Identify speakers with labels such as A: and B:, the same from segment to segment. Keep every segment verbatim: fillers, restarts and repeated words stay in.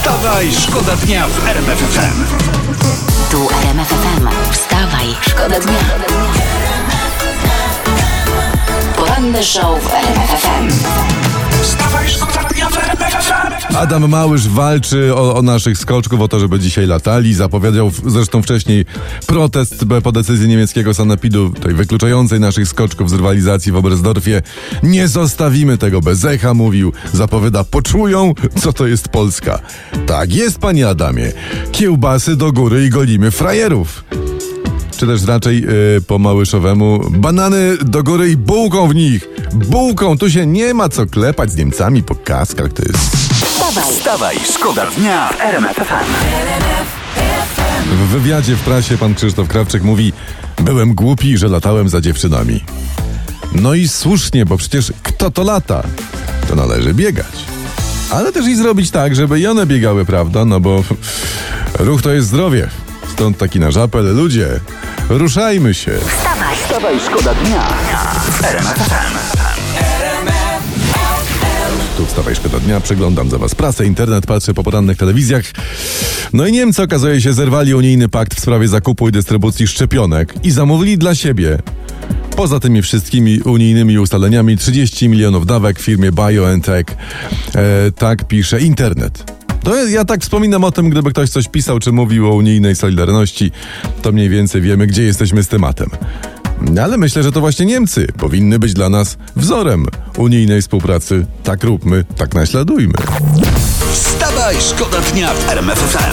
A: Wstawaj, szkoda dnia w R M F F M.
B: Tu R M F F M. Wstawaj, szkoda dnia. Poranny show w R M F F M.
A: Wstawaj, szkoda dnia w R M F F M.
C: Adam Małysz walczy o, o naszych skoczków, o to, żeby dzisiaj latali. Zapowiedział w, zresztą wcześniej protest po decyzji niemieckiego sanepidu, tej wykluczającej naszych skoczków z rywalizacji w Oberstdorfie. Nie zostawimy tego bez echa, mówił. Zapowiada, poczują, co to jest Polska. Tak jest, panie Adamie. Kiełbasy do góry i golimy frajerów. Czy też raczej yy, po małyszowemu banany do góry i bułką w nich. Bułką, tu się nie ma co klepać z Niemcami po kaskach, to jest...
B: Wstawaj,
A: Wstawaj, szkoda dnia w R M F F M.
C: W wywiadzie w prasie pan Krzysztof Krawczyk mówi: byłem głupi, że latałem za dziewczynami. No i słusznie, bo przecież kto to lata? To należy biegać. Ale też i zrobić tak, żeby i one biegały, prawda? No bo ruch to jest zdrowie. Stąd taki nasz apel. Ludzie, ruszajmy się.
B: wstawaj,
A: Wstawaj, szkoda dnia w R M F F M.
C: Tu wstawaj, szkoda dnia, przeglądam za was prasę, internet, patrzę po porannych telewizjach. No i Niemcy, okazuje się, zerwali unijny pakt w sprawie zakupu i dystrybucji szczepionek i zamówili dla siebie, poza tymi wszystkimi unijnymi ustaleniami, trzydzieści milionów dawek w firmie BioNTech. E, tak pisze internet. To ja, ja tak wspominam o tym, gdyby ktoś coś pisał czy mówił o unijnej solidarności, to mniej więcej wiemy, gdzie jesteśmy z tematem. Ale myślę, że to właśnie Niemcy powinny być dla nas wzorem unijnej współpracy. Tak róbmy, tak naśladujmy.
A: Wstawaj, szkoda dnia w R M F F M.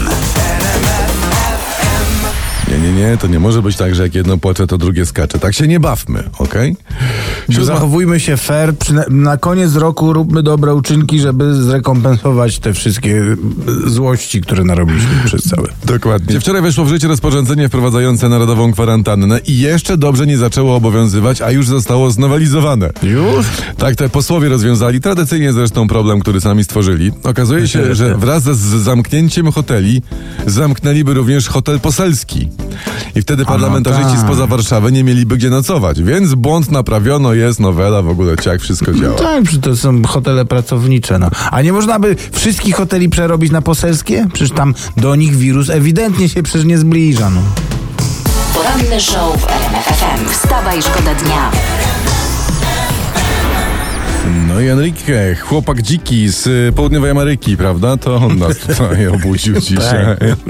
C: Nie, nie, nie, to nie może być tak, że jak jedno płacze, to drugie skacze. Tak się nie bawmy, okej? Okay?
D: Zachowujmy się fair, Przyna- na koniec roku róbmy dobre uczynki, żeby zrekompensować te wszystkie złości, które narobiliśmy przez całe.
C: Dokładnie. Wczoraj weszło w życie rozporządzenie wprowadzające narodową kwarantannę i jeszcze dobrze nie zaczęło obowiązywać, a już zostało znowelizowane.
D: Już?
C: Tak, te posłowie rozwiązali tradycyjnie zresztą problem, który sami stworzyli. Okazuje się, że wraz z zamknięciem hoteli zamknęliby również hotel poselski. I wtedy parlamentarzyści
D: tak.
C: spoza Warszawy nie mieliby gdzie nocować, więc błąd naprawiono, jest nowela, w ogóle jak wszystko działa.
D: Tak, przecież to są hotele pracownicze, no. A nie można by wszystkich hoteli przerobić na poselskie? Przecież tam do nich wirus ewidentnie się przecież nie zbliża, no.
B: poranny show w R M F F M. Wstawaj, szkoda dnia.
C: No i Enrique, chłopak dziki z y, południowej Ameryki, prawda? To on nas tutaj obudził dzisiaj.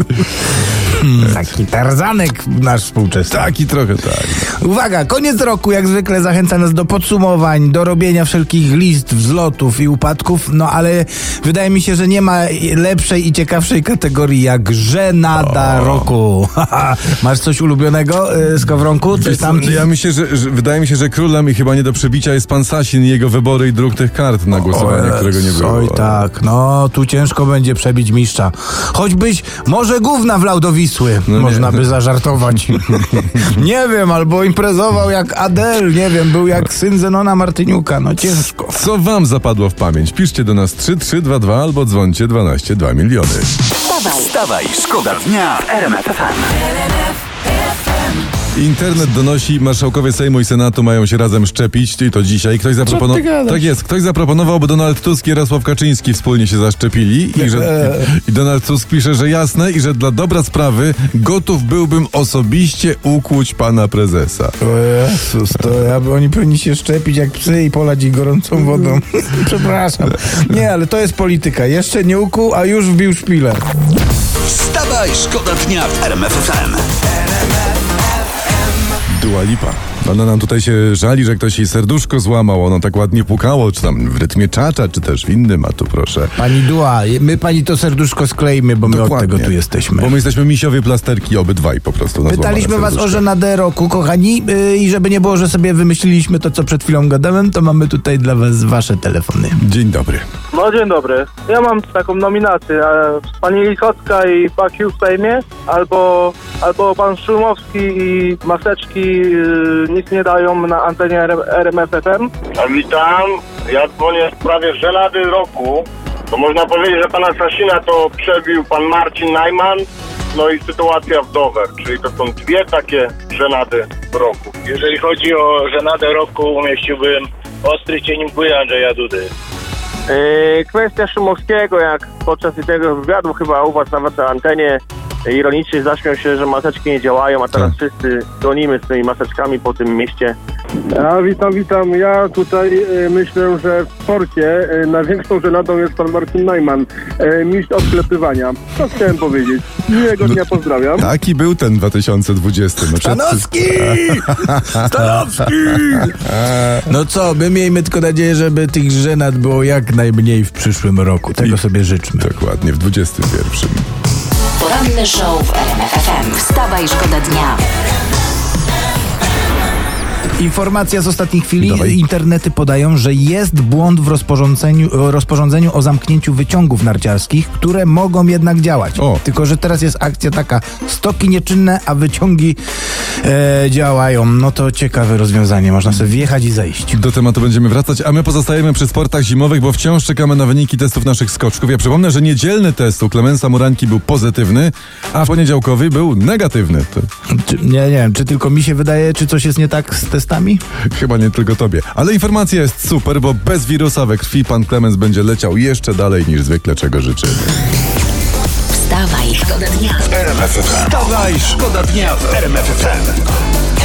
D: Taki tarzanek nasz współczesny.
C: Taki trochę tak.
D: Uwaga, koniec roku jak zwykle zachęca nas do podsumowań, do robienia wszelkich list, wzlotów i upadków, no ale wydaje mi się, że nie ma lepszej i ciekawszej kategorii jak żenada roku. Masz coś ulubionego, yy, Skowronku? Coś tam?
C: Ja myślę, że, że wydaje mi się, że królem i chyba nie do przebicia jest pan Sasin i jego wybory i druk tych kart na głosowanie, którego nie było.
D: Oj tak, no tu ciężko będzie przebić mistrza. Choćbyś może gówna wlał do Wisły,
C: no
D: można
C: nie.
D: by zażartować. Nie wiem, albo imprezował jak Adel, nie wiem, był jak syn Zenona Martyniuka, no ciężko.
C: Co wam zapadło w pamięć? Piszcie do nas trzy trzy dwa dwa albo dzwońcie dwanaście dwa miliony.
B: Wstawaj,
A: Wstawaj, szkoda dnia w R M F F M.
C: Internet donosi, marszałkowie Sejmu i Senatu mają się razem szczepić i to dzisiaj. Ktoś zaproponował. Tak jest, ktoś zaproponował, by Donald Tusk i Jarosław Kaczyński wspólnie się zaszczepili i, że, i, i Donald Tusk pisze, że jasne i że dla dobra sprawy gotów byłbym osobiście ukłuć pana prezesa.
D: O Jezus, to ja, oni powinni się szczepić jak psy i polać ich gorącą wodą. Przepraszam. Nie, ale to jest polityka. Jeszcze nie ukuł, a już wbił szpilę.
A: Wstawaj, szkoda dnia w R M F F M.
C: Dua Lipa. Ona nam tutaj się żali, że ktoś jej serduszko złamał, ono tak ładnie pukało, czy tam w rytmie czacza, czy też w innym, a tu proszę.
D: Pani Dua, my pani to serduszko skleimy, bo my
C: Dokładnie.
D: od tego tu jesteśmy.
C: Bo my jesteśmy misiowie plasterki, obydwaj po prostu. na
D: Pytaliśmy
C: złamane
D: was o
C: serduszka.
D: żenadę roku, kochani, yy, i żeby nie było, że sobie wymyśliliśmy to, co przed chwilą gadałem, to mamy tutaj dla was wasze telefony.
C: Dzień dobry.
E: No dzień dobry. Ja mam taką nominację. e, Pani Lichocka i Bakiu w Sejmie, albo, albo pan Szumowski i maseczki e, nic nie dają na antenie R M F F M.
F: A witam, ja dzwonię w sprawie żenady roku. To można powiedzieć, że pana Sasina to przebił pan Marcin Najman, no i sytuacja w Dover, czyli to są dwie takie żenady roku.
G: Jeżeli chodzi o żenadę roku, umieściłbym Ostry cień mgły Andrzeja Dudy.
F: Yy, kwestia Szumowskiego, jak podczas tego wywiadu chyba u was nawet na antenie ironicznie zaśmiał się, że maseczki nie działają, a teraz
C: Tak.
F: wszyscy gonimy z tymi maseczkami po tym mieście.
E: A witam, witam. Ja tutaj e, myślę, że w sporcie e, największą żenadą jest pan Marcin Najman, e, mistrz odklepywania. Co chciałem powiedzieć? Miłego dnia, pozdrawiam.
C: Taki był ten dwa tysiące dwudziesty. No, przed-
D: Stanowski! Stanowski! No co, my miejmy tylko nadzieję, żeby tych żenad było jak najmniej w przyszłym roku. Tego
C: I-
D: sobie życzmy.
C: Dokładnie, w dwudziestym pierwszym.
B: Poranny show w R M F F M. Wstawaj, szkoda dnia.
D: Informacja z ostatniej chwili.
C: Dawaj.
D: Internety podają, że jest błąd w rozporządzeniu, rozporządzeniu o zamknięciu wyciągów narciarskich, które mogą jednak działać.
C: O.
D: Tylko że teraz jest akcja taka, stoki nieczynne, a wyciągi e, działają. No to ciekawe rozwiązanie. Można sobie wjechać i zejść.
C: Do tematu będziemy wracać, a my pozostajemy przy sportach zimowych, bo wciąż czekamy na wyniki testów naszych skoczków. Ja przypomnę, że niedzielny test u Klemensa Murańki był pozytywny, a poniedziałkowy był negatywny. To
D: Czy, nie, nie wiem, czy tylko mi się wydaje, czy coś jest nie tak z testami?
C: chyba nie tylko tobie. Ale informacja jest super, bo bez wirusa we krwi pan Klemens będzie leciał jeszcze dalej niż zwykle, czego życzymy.
B: Wstawaj, szkoda dnia.
A: Wstawaj, szkoda dnia w R M F F M.